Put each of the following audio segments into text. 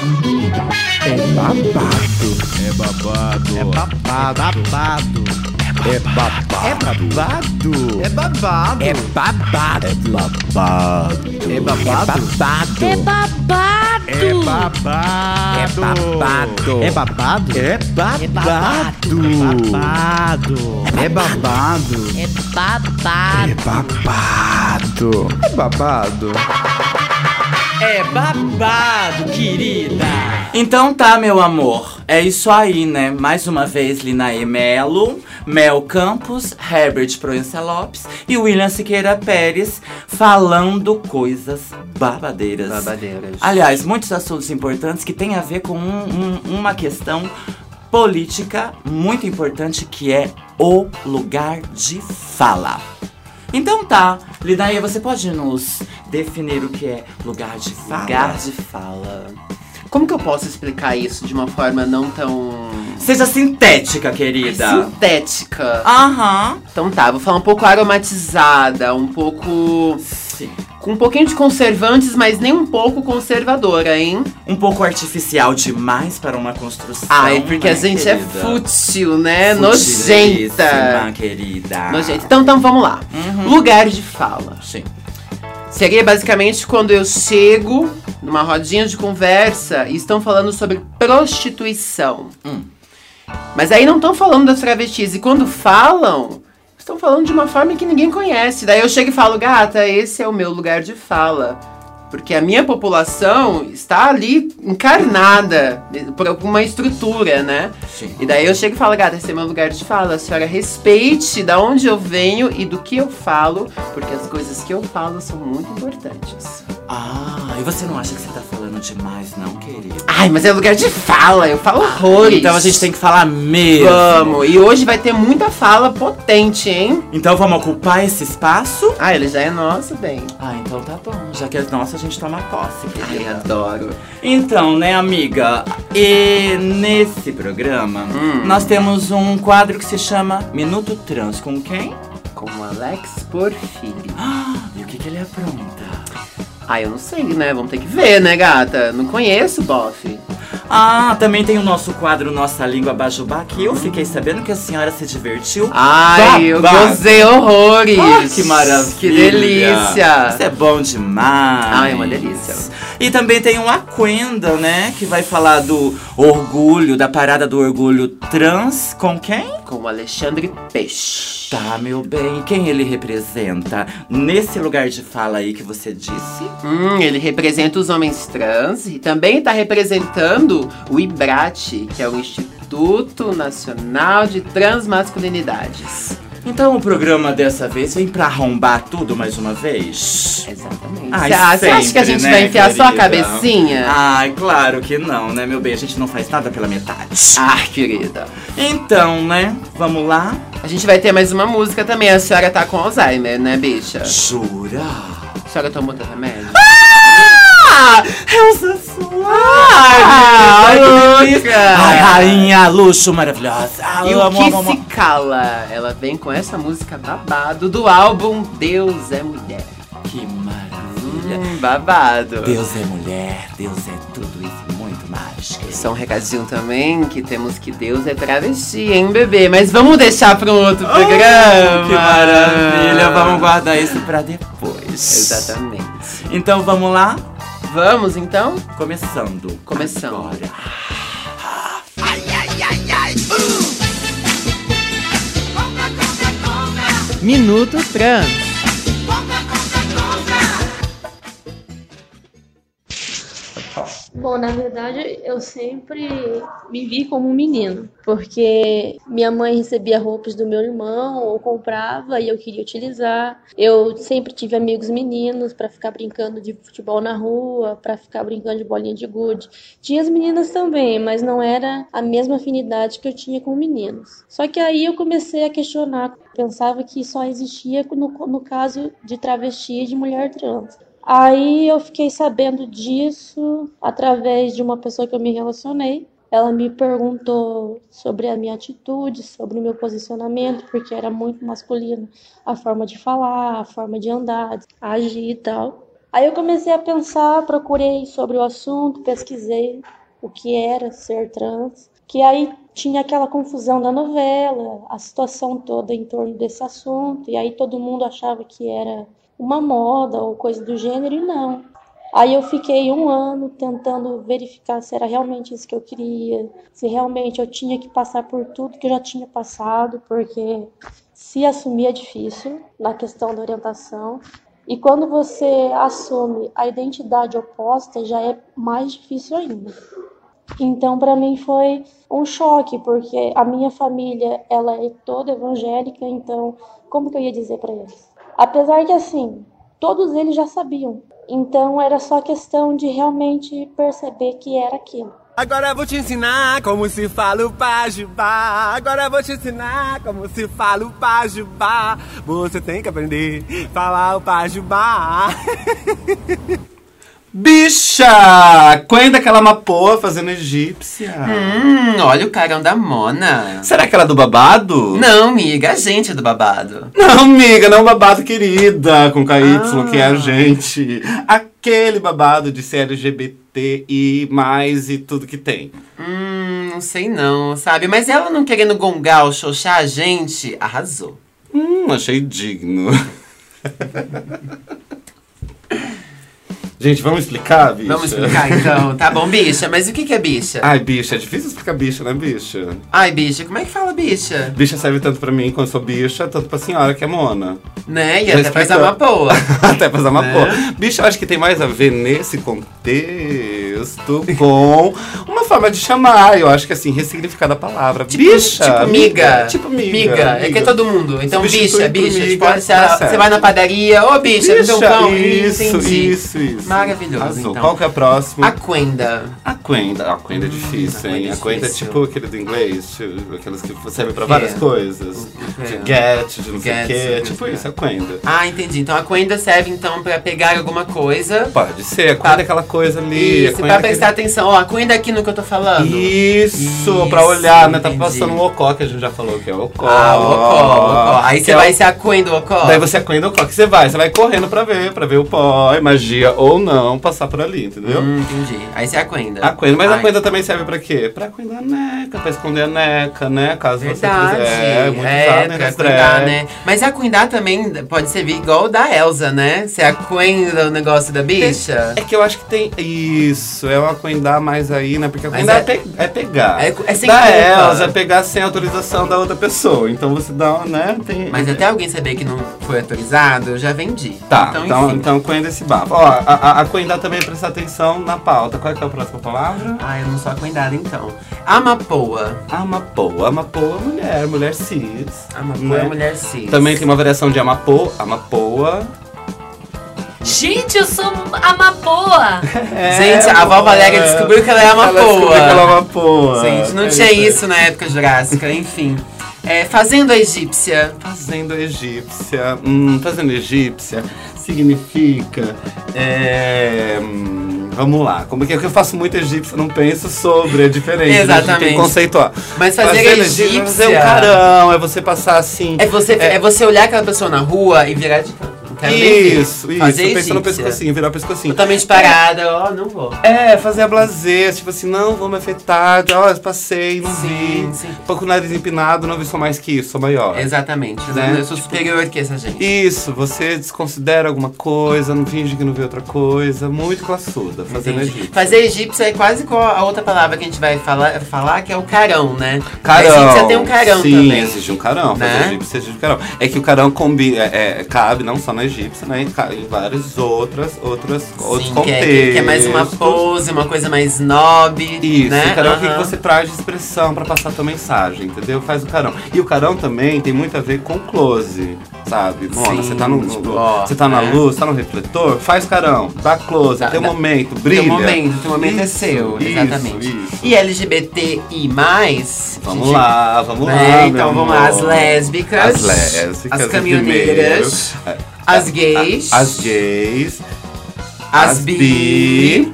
É babado. É babado. É babado. É babado. É babado. É babado. É babado. É babado. É babado. É babado. É babado. É babado. É babado. É babado. É babado. É babado. É babado. É babado, querida! Então tá, meu amor. É isso aí, né? Mais uma vez, Linaê Melo, Mel Campos, Herbert Proença Lopes e William Siqueira Pérez falando coisas babadeiras. Babadeiras. Aliás, muitos assuntos importantes que têm a ver com uma questão política muito importante, que é o lugar de fala. Então tá, Linaê, você pode nos definir o que é lugar de fala? Lugar de fala. Como que eu posso explicar isso de uma forma não tão Seja sintética, querida. sintética? Aham. Então tá, vou falar um pouco aromatizada, um pouco Sim. com um pouquinho de conservantes, mas nem um pouco conservadora, hein? Um pouco artificial demais para uma construção. Ai, porque a né, gente querida? é fútil, né? Futilíssima, Nojenta. querida. Nojenta. Então vamos lá. Lugar de fala. Sim. Seria basicamente quando eu chego numa rodinha de conversa e estão falando sobre prostituição. Mas aí não estão falando das travestis. E quando falam, estão falando de uma forma que ninguém conhece. Daí eu chego e falo, gata, esse é o meu lugar de fala. Porque a minha população está ali encarnada por alguma estrutura, né? Sim. E daí eu chego e falo, gata, esse é meu lugar de fala. A senhora respeite da onde eu venho e do que eu falo, porque as coisas que eu falo são muito importantes. Ah, e você não acha que você tá falando demais, não, querida? Ai, mas é lugar de fala, eu falo horrores. Então a gente tem que falar mesmo. Vamos, e hoje vai ter muita fala potente, hein? Então vamos ocupar esse espaço? Ah, ele já é nosso, bem. Ah, então tá bom. Já que é nosso, a gente toma posse, querida. Ai, adoro. Então, né, amiga? E nesse programa, nós temos um quadro que se chama Minuto Trans. Com quem? Com o Alex Porfírio. E o que ele apronta? Ah, eu não sei, né? Vamos ter que ver, né, gata? Não conheço o bofe. Ah, também tem o nosso quadro Nossa Língua Bajubá, que eu fiquei sabendo que a senhora se divertiu. Ai, eu babado. gozei horrores. Ah, que maravilha. Que delícia. Isso é bom demais. Ai, é uma delícia. E também tem o Aquenda, né? Que vai falar do orgulho, da parada do orgulho trans. Com quem? Com o Alexandre Peixe. Tá, meu bem. Quem ele representa nesse lugar de fala aí que você disse? Ele representa os homens trans e também está representando o IBRAT, que é o Instituto Nacional de Transmasculinidades. Então o programa dessa vez vem pra arrombar tudo mais uma vez? Exatamente. Ai, Você acha que a gente sempre, vai né, enfiar só a querida? cabecinha? Ai, claro que não, né, meu bem? A gente não faz nada pela metade. Ai, querida. Então, né, vamos lá? A gente vai ter mais uma música também. A senhora tá com Alzheimer, né, bicha? Jura? A senhora tomou teu remédio? Elza Soares! Ai, que delícia. louca! Ai, rainha, luxo, maravilhosa! E Eu o amo, que amo, se amo. cala? Ela vem com essa música babado do álbum Deus é Mulher. Que maravilha! Babado. Deus é mulher, Deus é tudo isso e muito mais. querida. Só um recadinho também, que temos que Deus é travesti, hein, bebê? Mas vamos deixar para um outro programa. Que maravilha! Vamos guardar isso pra depois. Exatamente. Então vamos lá? Vamos, então? Começando. Começando. Agora. Minuto Trans. Bom, na verdade, eu sempre me vi como um menino, porque minha mãe recebia roupas do meu irmão ou comprava e eu queria utilizar. Eu sempre tive amigos meninos para ficar brincando de futebol na rua, para ficar brincando de bolinha de gude. Tinha as meninas também, mas não era a mesma afinidade que eu tinha com meninos. Só que aí eu comecei a questionar, pensava que só existia no caso de travesti e de mulher trans. Aí eu fiquei sabendo disso através de uma pessoa que eu me relacionei. Ela me perguntou sobre a minha atitude, sobre o meu posicionamento, porque era muito masculino a forma de falar, a forma de andar, agir e tal. Aí eu comecei a pensar, procurei sobre o assunto, pesquisei o que era ser trans, que aí tinha aquela confusão da novela, a situação toda em torno desse assunto, e aí todo mundo achava que era uma moda ou coisa do gênero, e não. Aí eu fiquei 1 ano tentando verificar se era realmente isso que eu queria, se realmente eu tinha que passar por tudo que eu já tinha passado, porque se assumir é difícil na questão da orientação. E quando você assume a identidade oposta, já é mais difícil ainda. Então, para mim foi um choque, porque a minha família, ela é toda evangélica, então como que eu ia dizer para eles? Apesar que, assim, todos eles já sabiam. Então, era só questão de realmente perceber que era aquilo. Agora eu vou te ensinar como se fala o pajubá. Agora eu vou te ensinar como se fala o pajubá. Você tem que aprender a falar o pajubá. Bicha! Quando aquela mapoa fazendo egípcia? Olha o carão da Mona. Será que ela é do babado? Não, miga, a gente é do babado. Não, amiga, não babado querida, com KY, que é a gente. Aquele babado de ser LGBT e mais e tudo que tem. Não sei não, sabe? Mas ela não querendo gongar ou xoxar a gente, arrasou. Achei digno. Gente, vamos explicar, bicha? Vamos explicar então. Tá bom, bicha. Mas o que é bicha? Ai, bicha, é difícil explicar bicha, né, bicha? Ai, bicha, como é que fala bicha? Bicha serve tanto pra mim, quando eu sou bicha, tanto pra senhora, que é Mona. Né? E Já até pra explicou. Zamapoa. Até pra Zamapoa. Né? Bicha, eu acho que tem mais a ver nesse contexto com uma forma de chamar. Eu acho que assim, ressignificar a palavra. Bicha! Tipo miga. Tipo miga. Miga. É que é todo mundo. Então, Substitui bicha, por bicha. miga, Pode ser, tá você certo. vai na padaria, ô bicha, me dê um pão. Isso, Entendi. isso. Maravilhoso, Arrasou. então. Qual que é a próxima? Aquenda. Aquenda. Aquenda é difícil, hein? Aquenda é Aquenda é difícil. tipo aquele do inglês, tipo, aquelas que servem pra várias coisas. quê? De get, de não sei o Get, quê. não Tipo sei o isso, aquenda. Ah, entendi. Então, aquenda serve, então, pra pegar alguma coisa. Pode ser, aquenda é aquela coisa ali. Isso, pra prestar atenção. Ó, aquenda aqui no que eu tô falando. Isso, pra olhar, né? Tá entendi. passando um ocó, que a gente já falou que é o ocó. Ah, o ocó. Aí Que você é vai o- ser aquenda o ocó. Daí você aquenda o ocó, que você vai correndo pra ver o pó, magia ou não, passar por ali, entendeu? Entendi. Aí você aquenda. Aquenda, mas a Ai, aquenda também serve pra quê? Pra aquendar a neca, pra esconder a neca, né? Caso Verdade. você quiser. Muito usado, né? pra nas cuidar, drag. né? Mas aquendar também pode servir igual o da Elsa, né? Você aquenda o negócio da bicha. É que eu acho que tem isso, é um aquendar mais aí, né? Porque Mas aquendar é pegar. é sem da culpa. Elsa é pegar sem autorização da outra pessoa. Então você dá, né? Tem... Mas até alguém saber que não foi autorizado, eu já vendi. Tá, enfim. então coenda esse bafo. Ó, a coendar também é prestar atenção na pauta. Qual é que é a próxima palavra? Ah, eu não sou aquendada então. Amapoa. Amapoa. Amapoa é mulher cis. Amapoa é né? mulher cis. Também tem uma variação de amapoa. Gente, eu sou amapoa. Gente, a avó Valéria descobriu que ela é Ela descobriu que ela é amapoa. amapoa. Gente, não É tinha aí. isso na época jurássica, enfim. Fazenda egípcia. Fazenda egípcia. Fazenda egípcia significa. Vamos lá. Como é que eu faço muito egípcio, não penso sobre, é diferente. né? A gente tem Exatamente. que conceituar. Mas fazer Fazenda egípcia é fazer um carão, é você passar assim. É você olhar aquela pessoa na rua e virar de canto. Não quero nem ver. Isso. Fazer Pensa no egípcia. pescocinho, virar o pescocinho. Totalmente parada, ó, não vou. Fazer a blazer, tipo assim, não vou me afetar, eu passei, não Sim, vi. sim. Um pouco o nariz empinado, não vi, sou mais que isso, sou maior. Exatamente. Né? Eu sou superior que essa gente. Isso, você desconsidera alguma coisa, não finge que não vê outra coisa, muito classuda, fazendo Entendi. egípcio. Fazer egípcia é quase igual a outra palavra que a gente vai falar que é o carão, né? Carão. A egípcia tem um carão sim, também. exige um carão. Né? Fazer egípcia exige um carão. É que o carão cabe não só na egípcia, né? Em vários outros Sim, contextos. que é mais uma pose, uma coisa mais nob. Isso, né? o carão é o que Aham. você traz de expressão pra passar a tua mensagem, entendeu? Faz o carão. E o carão também tem muito a ver com close, sabe? Mona, Sim, você tá você tá na né? luz, tá no refletor, faz carão, dá close, Dá- tem um dá- momento, brilha. Teu momento é Isso, seu, isso, exatamente. isso. E LGBTI+, Vamos lá, vamos lá. né? meu Então vamos lá, as amor. lésbicas, As lésbicas, as caminhoneiras, primeiro. as gays, As gays, as bi,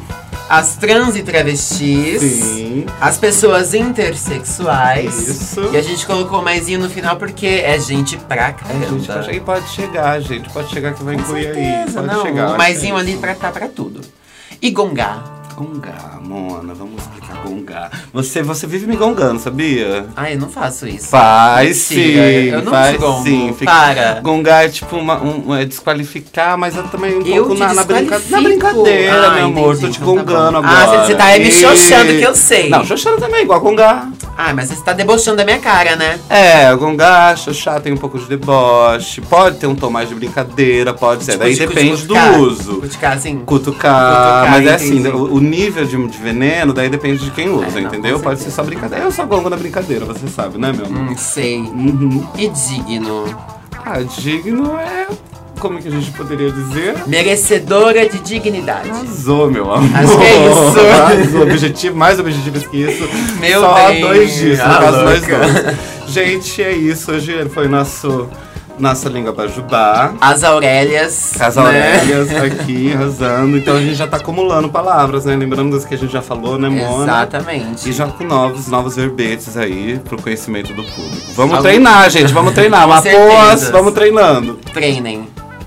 as trans e travestis, Sim. as pessoas intersexuais. Isso. E a gente colocou mais no final porque é gente pra caramba. E pode chegar, gente. Pode chegar que vai incluir aí. Certeza, Pode não. chegar. O maisinho ali tá pra tudo. E gongar. Gongar, Mona, vamos explicar gongar. Você vive me gongando, sabia? Ai, eu não faço isso. Faz Mentira, sim, eu não faz gongo. sim. Para. Gongar é tipo é desqualificar, mas é também um Eu pouco te na desqualifico. brincadeira, Ah, meu amor. entendi, Tô te então tá gongando bom. agora. Ah, você tá aí me xoxando, que eu sei. Não, xoxando também, igual gongar. Ah, mas você tá debochando da minha cara, né? É, gongar, xoxar tem um pouco de deboche. Pode ter um tom mais de brincadeira, pode ser. Tipo, Daí de depende do cutucar. uso. Cutucar, assim. Cutucar, mas é assim, entendi. o nível de veneno, daí depende de quem usa, não, entendeu? com Pode ser só brincadeira. Eu só gongo na brincadeira, você sabe, né, meu amor? Sei. Uhum. E digno? Ah, digno é... Como que a gente poderia dizer? Merecedora de dignidade. Arrasou, meu amor. Acho que é isso. Arrasou. Objetivo, mais objetivos que isso. Meu Só bem. 2 dias, no Ah, caso nós louca. dois. Gente, é isso. Hoje foi nossa língua bajubá. As Aurélias. As né? Aurélias aqui arrasando. Então a gente já tá acumulando palavras, né? Lembrando das que a gente já falou, né, Mona? Exatamente. E já com novos verbetes aí pro conhecimento do público. Vamos treinar, gente. Vamos treinar. Com Mapoas, certeza. vamos treinando. Treinem.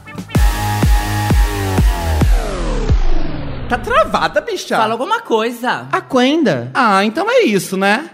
Tá travada, bicha. Fala alguma coisa. A Quenda. Ah, então é isso, né?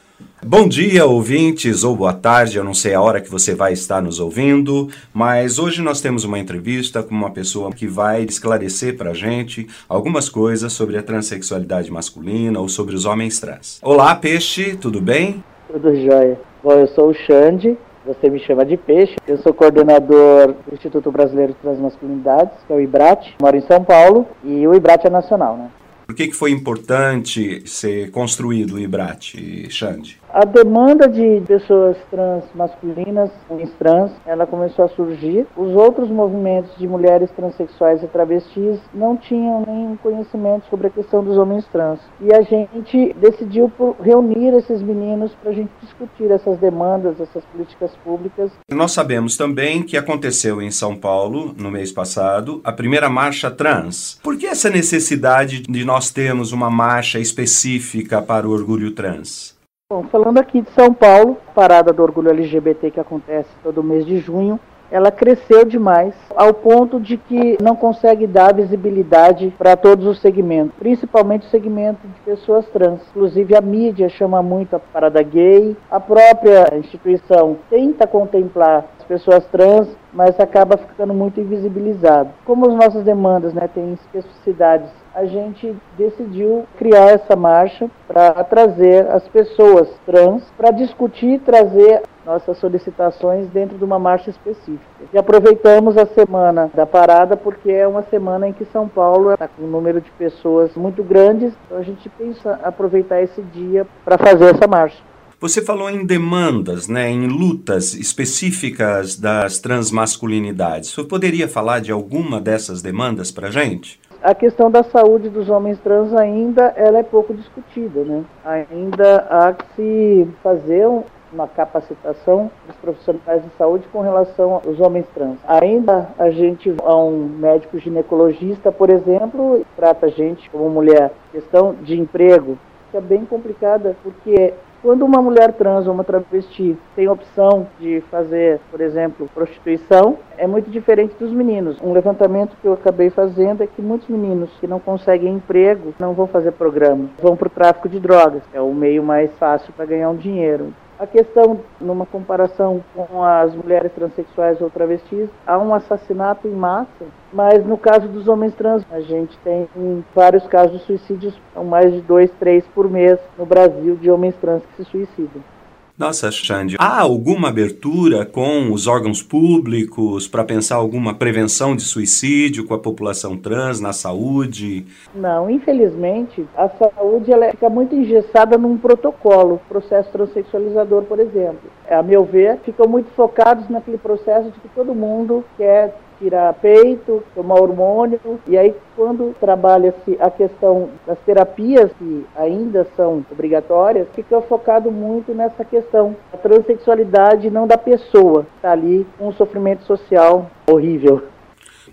Bom dia, ouvintes, ou boa tarde, eu não sei a hora que você vai estar nos ouvindo, mas hoje nós temos uma entrevista com uma pessoa que vai esclarecer pra gente algumas coisas sobre a transexualidade masculina ou sobre os homens trans. Olá, Peixe, tudo bem? Tudo jóia. Bom, eu sou o Xande, você me chama de Peixe. Eu sou coordenador do Instituto Brasileiro de Transmasculinidades, que é o IBRAT. Moro em São Paulo e o IBRAT é nacional, né? Por que foi importante ser construído o IBRAT, Xande? A demanda de pessoas trans masculinas, homens trans, ela começou a surgir. Os outros movimentos de mulheres transexuais e travestis não tinham nenhum conhecimento sobre a questão dos homens trans. E a gente decidiu reunir esses meninos para a gente discutir essas demandas, essas políticas públicas. Nós sabemos também que aconteceu em São Paulo, no mês passado, a primeira marcha trans. Por que essa necessidade de nós termos uma marcha específica para o orgulho trans? Bom, falando aqui de São Paulo, a parada do orgulho LGBT que acontece todo mês de junho, ela cresceu demais, ao ponto de que não consegue dar visibilidade para todos os segmentos, principalmente o segmento de pessoas trans. Inclusive a mídia chama muito a parada gay, a própria instituição tenta contemplar as pessoas trans, mas acaba ficando muito invisibilizado. Como as nossas demandas, né, têm especificidades, a gente decidiu criar essa marcha para trazer as pessoas trans, para discutir e trazer nossas solicitações dentro de uma marcha específica. E aproveitamos a semana da parada porque é uma semana em que São Paulo está com um número de pessoas muito grandes, então a gente pensa aproveitar esse dia para fazer essa marcha. Você falou em demandas, né, em lutas específicas das transmasculinidades. Você poderia falar de alguma dessas demandas para a gente? A questão da saúde dos homens trans ainda ela é pouco discutida, né? Ainda há que se fazer uma capacitação dos profissionais de saúde com relação aos homens trans. Ainda a gente, há um médico ginecologista, por exemplo, trata a gente como mulher. Questão de emprego, que é bem complicada, porque quando uma mulher trans ou uma travesti tem opção de fazer, por exemplo, prostituição, é muito diferente dos meninos. Um levantamento que eu acabei fazendo é que muitos meninos que não conseguem emprego não vão fazer programa, vão para o tráfico de drogas, é o meio mais fácil para ganhar um dinheiro. A questão, numa comparação com as mulheres transexuais ou travestis, há um assassinato em massa, mas no caso dos homens trans, a gente tem vários casos de suicídios, são mais de 2, 3 por mês no Brasil de homens trans que se suicidam. Nossa, Xande, há alguma abertura com os órgãos públicos para pensar alguma prevenção de suicídio com a população trans na saúde? Não, infelizmente, a saúde ela fica muito engessada num protocolo, processo transexualizador, por exemplo. A meu ver, ficam muito focados naquele processo de que todo mundo quer tirar peito, tomar hormônio, e aí quando trabalha-se a questão das terapias que ainda são obrigatórias, fica focado muito nessa questão da transexualidade, não da pessoa, que está ali com um sofrimento social horrível.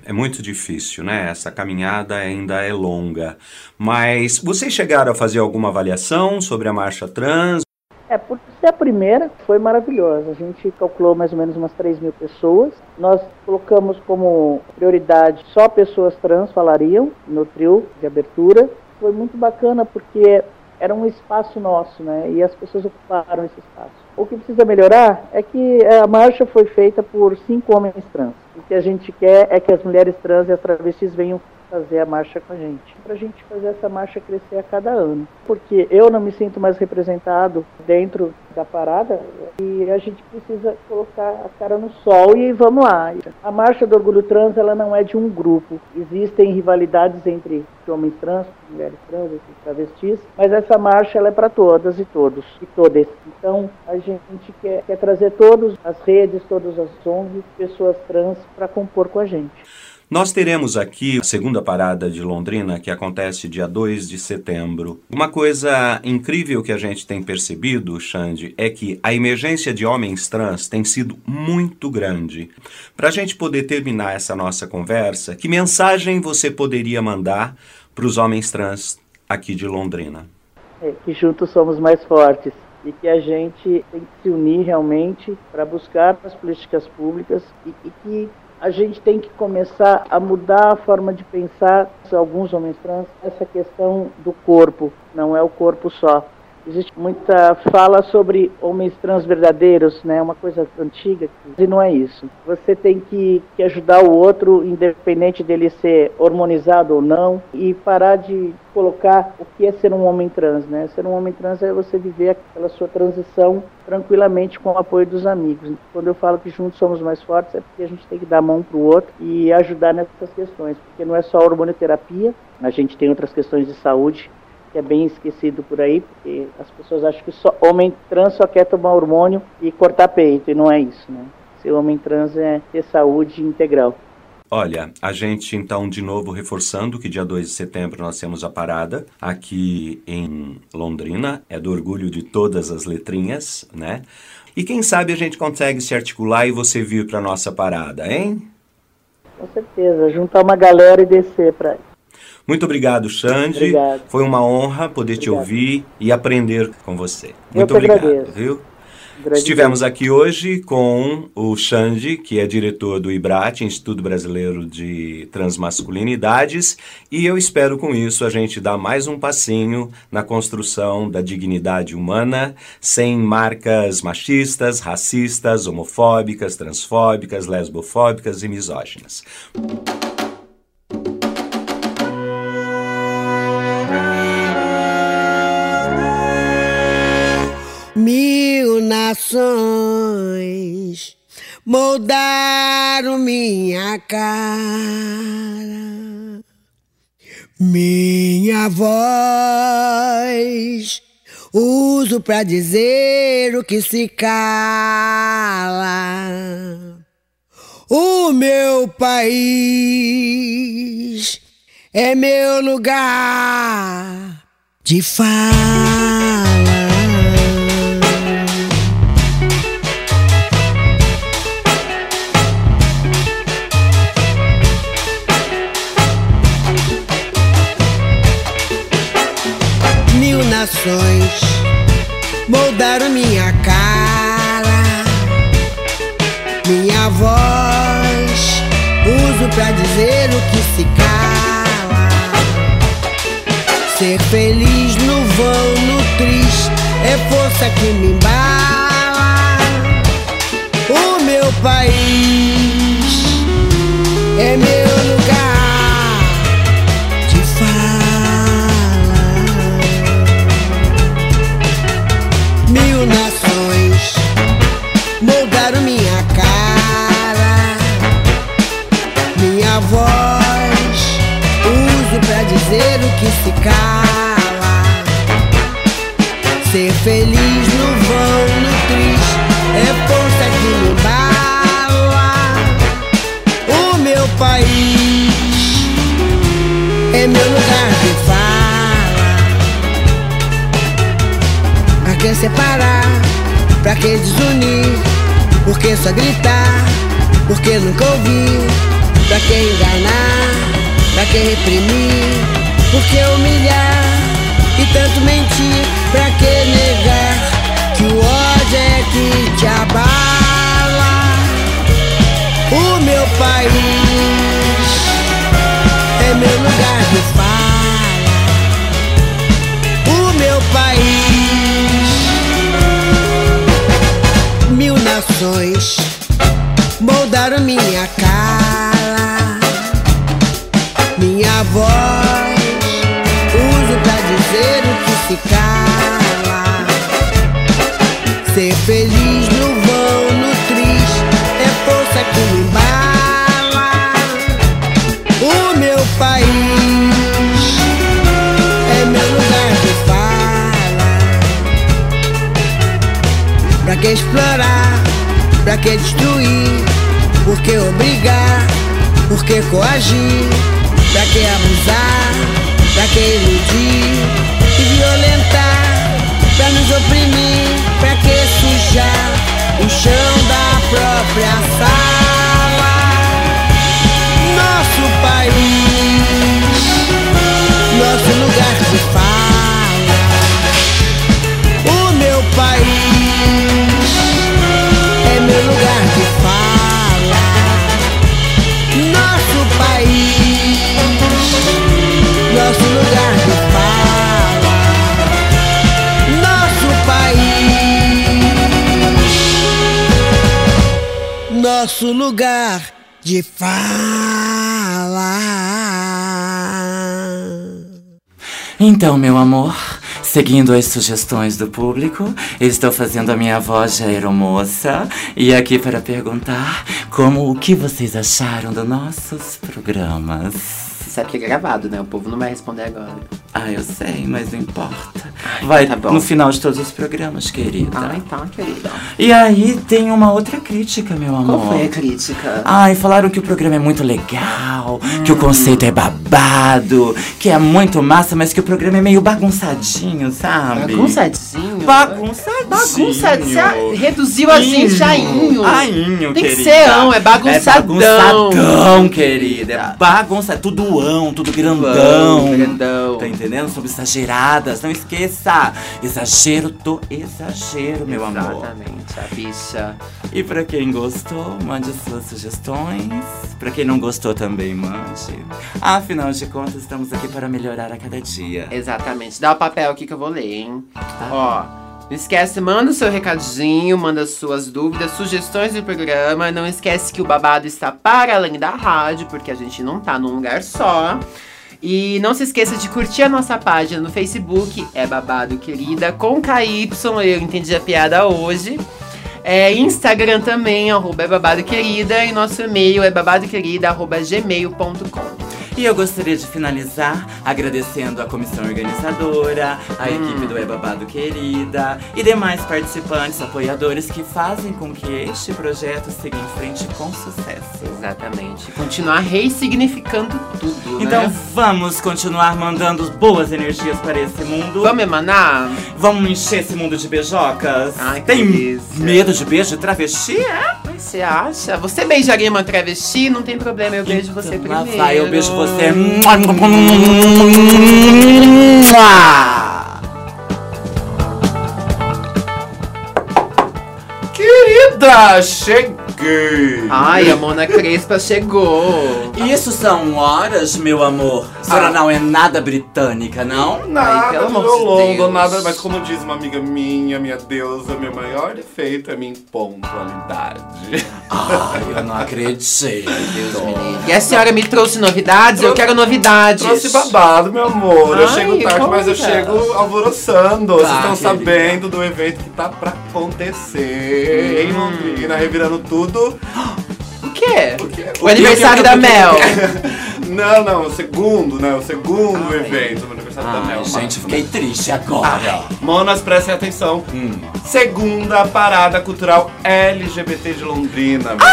É muito difícil, né? Essa caminhada ainda é longa. Mas vocês chegaram a fazer alguma avaliação sobre a marcha trans? Por ser a primeira, foi maravilhosa. A gente calculou mais ou menos umas 3.000 pessoas. Nós colocamos como prioridade só pessoas trans falariam no trio de abertura. Foi muito bacana porque era um espaço nosso, né? E as pessoas ocuparam esse espaço. O que precisa melhorar é que a marcha foi feita por 5 homens trans. O que a gente quer é que as mulheres trans e as travestis venham fazer a marcha com a gente, para a gente fazer essa marcha crescer a cada ano, porque eu não me sinto mais representado dentro da parada e a gente precisa colocar a cara no sol e vamos lá. A marcha do orgulho trans, ela não é de um grupo, existem rivalidades entre homens trans, mulheres trans, entre travestis, mas essa marcha ela é para todas e todos e todas. Então a gente quer trazer todas as redes, todas as ONGs, pessoas trans para compor com a gente. Nós teremos aqui a segunda parada de Londrina, que acontece dia 2 de setembro. Uma coisa incrível que a gente tem percebido, Xande, é que a emergência de homens trans tem sido muito grande. Para a gente poder terminar essa nossa conversa, que mensagem você poderia mandar para os homens trans aqui de Londrina? Que juntos somos mais fortes e que a gente tem que se unir realmente para buscar as políticas públicas e que a gente tem que começar a mudar a forma de pensar, alguns homens trans, essa questão do corpo, não é o corpo só. Existe muita fala sobre homens trans verdadeiros, né? Uma coisa antiga, e não é isso. Você tem que ajudar o outro, independente dele ser hormonizado ou não, e parar de colocar o que é ser um homem trans, né? Ser um homem trans é você viver aquela sua transição tranquilamente com o apoio dos amigos. Quando eu falo que juntos somos mais fortes, é porque a gente tem que dar a mão para o outro e ajudar nessas questões, porque não é só hormonioterapia, a gente tem outras questões de saúde, que é bem esquecido por aí, porque as pessoas acham que só homem trans só quer tomar hormônio e cortar peito, e não é isso, né? Ser homem trans é ter saúde integral. Olha, a gente então de novo reforçando que dia 2 de setembro nós temos a parada aqui em Londrina, é do orgulho de todas as letrinhas, né? E quem sabe a gente consegue se articular e você vir para nossa parada, hein? Com certeza, juntar uma galera e descer para aí. Muito obrigado, Xande. Obrigado. Foi uma honra poder te ouvir e aprender com você. Muito obrigado, viu? Estivemos aqui hoje com o Xande, que é diretor do IBRAT, Instituto Brasileiro de Transmasculinidades, e eu espero com isso a gente dar mais um passinho na construção da dignidade humana, sem marcas machistas, racistas, homofóbicas, transfóbicas, lesbofóbicas e misóginas. Mil nações moldaram minha cara, minha voz uso pra dizer o que se cala. O meu país é meu lugar de fala. Nações moldaram minha cara, minha voz uso pra dizer o que se cala. Ser feliz no vão, no triste, é força que me embala. O meu país é meu lugar de fala. Mil nações moldaram minha cara, minha voz uso pra dizer o que se cala. Ser feliz no vão, no triste, é força que me embala. O meu país é meu lugar de fala. Pra que separar, pra que desunir? Por que só gritar? Por que nunca ouvir? Pra que enganar? Pra que reprimir? Por que humilhar e tanto mentir? Pra que negar que o ódio é que te abala? O meu país é meu lugar de fala. O meu país, mil nações moldaram minha cara, minha voz uso pra dizer o que se cala. Ser feliz no vão, no tris, é força que me embala. O meu país é meu lugar de fala. Pra que explorar? Pra que destruir? Por que obrigar? Por que coagir? Pra que abusar? Pra que iludir e violentar? Pra nos oprimir? Pra que sujar o chão da própria sala? Nosso país, nosso lugar de fala. O meu país é meu lugar de fala. Nosso país, nosso lugar de fala. Nosso país, nosso lugar de fala. Então, meu amor, seguindo as sugestões do público, estou fazendo a minha voz de aeromoça e aqui para perguntar o que vocês acharam dos nossos programas. Você sabe que é gravado, né? O povo não vai responder agora. Ah, eu sei, mas não importa. Vai tá bom. no final de todos os programas, querida. Ah, então, querida. E aí tem uma outra crítica, meu amor. Qual foi a crítica? Ai, falaram que o programa é muito legal, que o conceito é babado, que é muito massa, mas que o programa é meio bagunçadinho, sabe? Bagunçadinho? Bagunçadinho. Bagunçadinho. Você reduziu a gente a inho. Ainho, tem querida. que ser ão, é bagunçadão. É bagunçadão, querida. É bagunçado, tudo ão, tudo grandão. Grandão. Tá entendendo? Sobre exageradas, não esqueça. Exagero do exagero, meu amor. Exatamente, a bicha. E pra quem gostou, mande suas sugestões. Pra quem não gostou também, mande. Afinal de contas, estamos aqui para melhorar a cada dia. Exatamente. Dá o papel aqui que eu vou ler, hein? Ó, não esquece, manda o seu recadinho, manda suas dúvidas, sugestões do programa. Não esquece que o babado está para além da rádio, porque a gente não tá num lugar só. E não se esqueça de curtir a nossa página no Facebook, é Babado Querida, com KY, eu entendi a piada hoje. Instagram também, @babadoquerida, e nosso e-mail é babadoquerida@gmail.com. E eu gostaria de finalizar agradecendo a comissão organizadora, a equipe do É Babado Querida e demais participantes, apoiadores que fazem com que este projeto siga em frente com sucesso. Exatamente. Continuar ressignificando tudo, então, né? vamos continuar mandando boas energias para esse mundo. Vamos emanar? Vamos encher esse mundo de beijocas? Ai, que tem delícia. medo de beijo de travesti, é? Mas você acha? Você beijaria uma travesti? Não tem problema, eu beijo você Lá primeiro. vai, eu beijo você. Querida, cheguei! Ai, a Mona Crespa chegou. Isso são horas, meu amor. A senhora não é nada britânica, não? Nada, Ai, pelo do amor meu de London, Deus. nada, mas como diz uma amiga minha deusa, meu maior defeito é minha impontualidade. Ai, eu não acredito. Deus me livre. E a senhora me trouxe novidades? Eu quero novidades. Trouxe babado, meu amor. Eu Ai, chego tarde, mas eu conta. chego alvoroçando. Vocês estão querida. sabendo do evento que tá pra acontecer em Londrina, revirando tudo. O quê? O O aniversário da Mel. Não, o segundo evento, o aniversário da Mel. Ai, gente, fiquei triste agora. Monas, prestem atenção. Segunda parada cultural LGBT de Londrina, meu.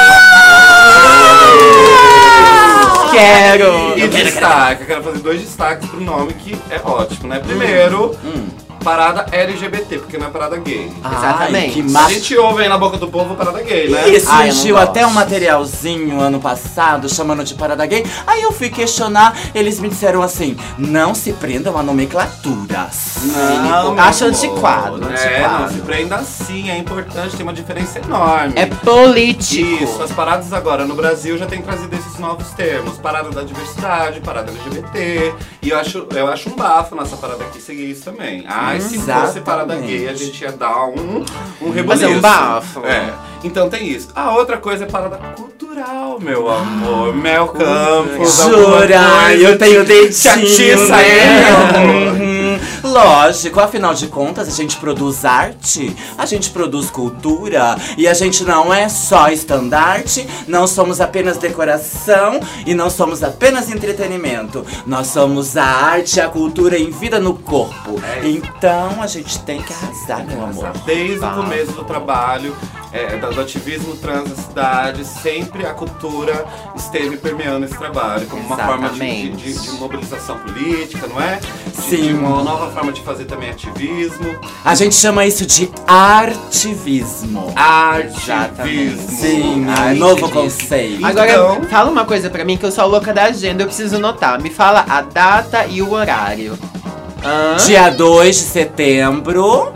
Quero. E destaque, eu quero fazer 2 destaques pro nome que é ótimo, né? Primeiro, parada LGBT, porque não é parada gay. Exatamente. Que A gente ouve aí na boca do povo parada gay, né? E eu não surgiu gosto. até um materialzinho ano passado chamando de parada gay. Aí eu fui questionar, eles me disseram assim: não se prendam a nomenclaturas. Não, meu Acho amor. antiquado, Não antiquado. se prenda assim, é importante, tem uma diferença enorme. É político. Isso, as paradas agora no Brasil já tem trazido esses novos termos. Parada da diversidade, parada LGBT. E eu acho um bafo nessa parada aqui seguir isso também. Ai, se fosse parada gay, a gente ia dar um rebuliço. Mas é um bafo. É. Então tem isso. A outra coisa é parada cultural, meu amor. Mel Campos. Jura? Eu tenho dedinho, atiça aí, né? meu amor. Lógico, afinal de contas, a gente produz arte, a gente produz cultura e a gente não é só estandarte, não somos apenas decoração e não somos apenas entretenimento. Nós somos a arte e a cultura em vida no corpo. Então a gente tem que arrasar, meu amor. Desde o começo do trabalho, do ativismo trans na cidade, sempre a cultura esteve permeando esse trabalho como uma forma de mobilização política, não é? Sim. De uma nova forma de fazer também ativismo. A gente chama isso de artivismo. Artivismo. Sim, novo conceito. Agora, fala uma coisa pra mim que eu sou louca da agenda, eu preciso notar. Me fala a data e o horário. Dia 2 de setembro.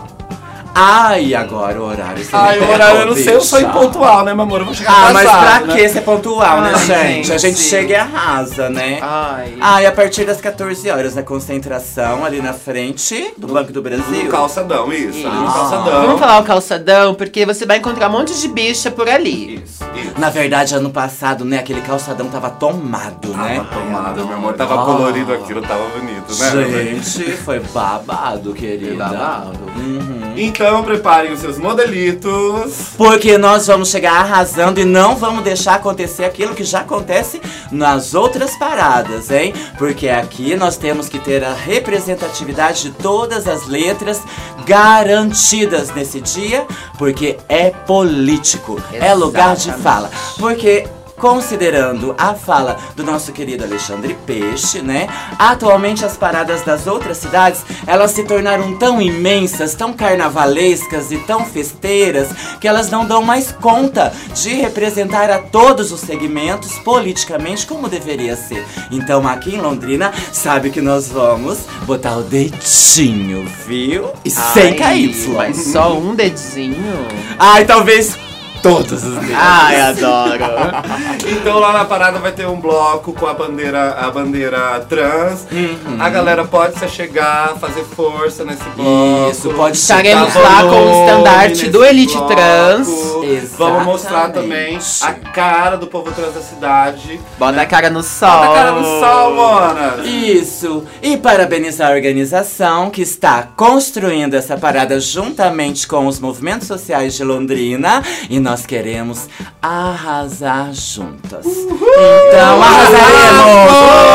Ai, agora o horário. O horário eu não sei, eu sou impontual, né, meu amor? Eu vou chegar atrasado, mas pra né? que ser pontual, né, Ai, gente? A gente chega e arrasa, né? Ai. E a partir das 14 horas, na concentração, ali na frente do Banco do Brasil. No calçadão, isso. Ali no calçadão. Vamos falar o calçadão, porque você vai encontrar um monte de bicha por ali. Isso. Na verdade, ano passado, né, aquele calçadão tava tomado, né? Tava tomado, meu amor. Tava colorido aquilo, tava bonito, né? Gente, foi babado, querida. Babado. Então, preparem os seus modelitos. Porque nós vamos chegar arrasando e não vamos deixar acontecer aquilo que já acontece nas outras paradas, hein? Porque aqui nós temos que ter a representatividade de todas as letras garantidas nesse dia, porque é político, é lugar de fala. Porque considerando a fala do nosso querido Alexandre Peixe, né? Atualmente as paradas das outras cidades, elas se tornaram tão imensas, tão carnavalescas e tão festeiras, que elas não dão mais conta de representar a todos os segmentos politicamente como deveria ser. Então aqui em Londrina, sabe que nós vamos botar o dedinho, viu? E sem KY. Mas só um dedinho? Ai, talvez todos os dedos. Ai, adoro. Então lá na parada vai ter um bloco com a bandeira trans. A galera pode se chegar, fazer força nesse bloco. Isso, pode Estaremos dar lá com o volume estandarte nesse do Elite bloco. Trans. Vamos mostrar também a cara do povo trans da cidade. Bota a cara no sol. Bota a cara no sol, mona. Isso, e parabenizar a organização que está construindo essa parada juntamente com os movimentos sociais de Londrina. E nós queremos arrasar juntas. Então arrasaremos!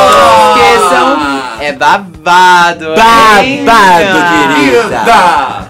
Esqueçam, é babado. Babado, querida!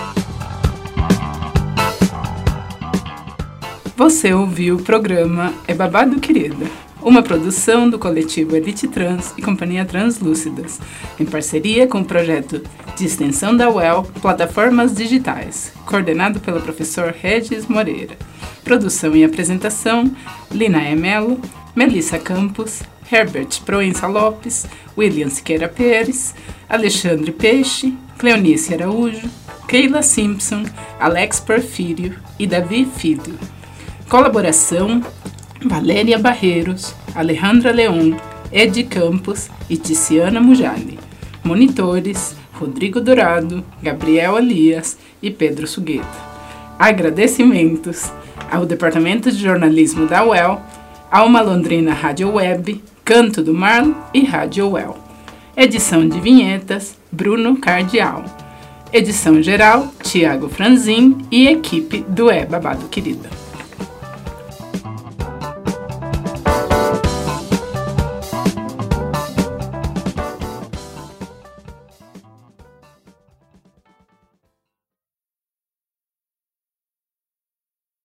Você ouviu o programa É Babado Querida, uma produção do coletivo Elite Trans e Companhia Translúcidas, em parceria com o projeto de extensão da UEL Plataformas Digitais, coordenado pelo professor Regis Moreira. Produção e apresentação, Lina Melo, Melissa Campos, Herbert Proença Lopes, William Siqueira Pérez, Alexandre Peixe, Cleonice Araújo, Keila Simpson, Alex Porfírio e Davi Filho. Colaboração, Valéria Barreiros, Alejandra Leon, Edi Campos e Tiziana Mujali. Monitores, Rodrigo Dourado, Gabriel Elias e Pedro Sugueta. Agradecimentos ao Departamento de Jornalismo da UEL, Alma Londrina Rádio Web, Canto do Mar e Rádio UEL. Edição de vinhetas, Bruno Cardial. Edição geral, Tiago Franzin e equipe do É Babado Querida.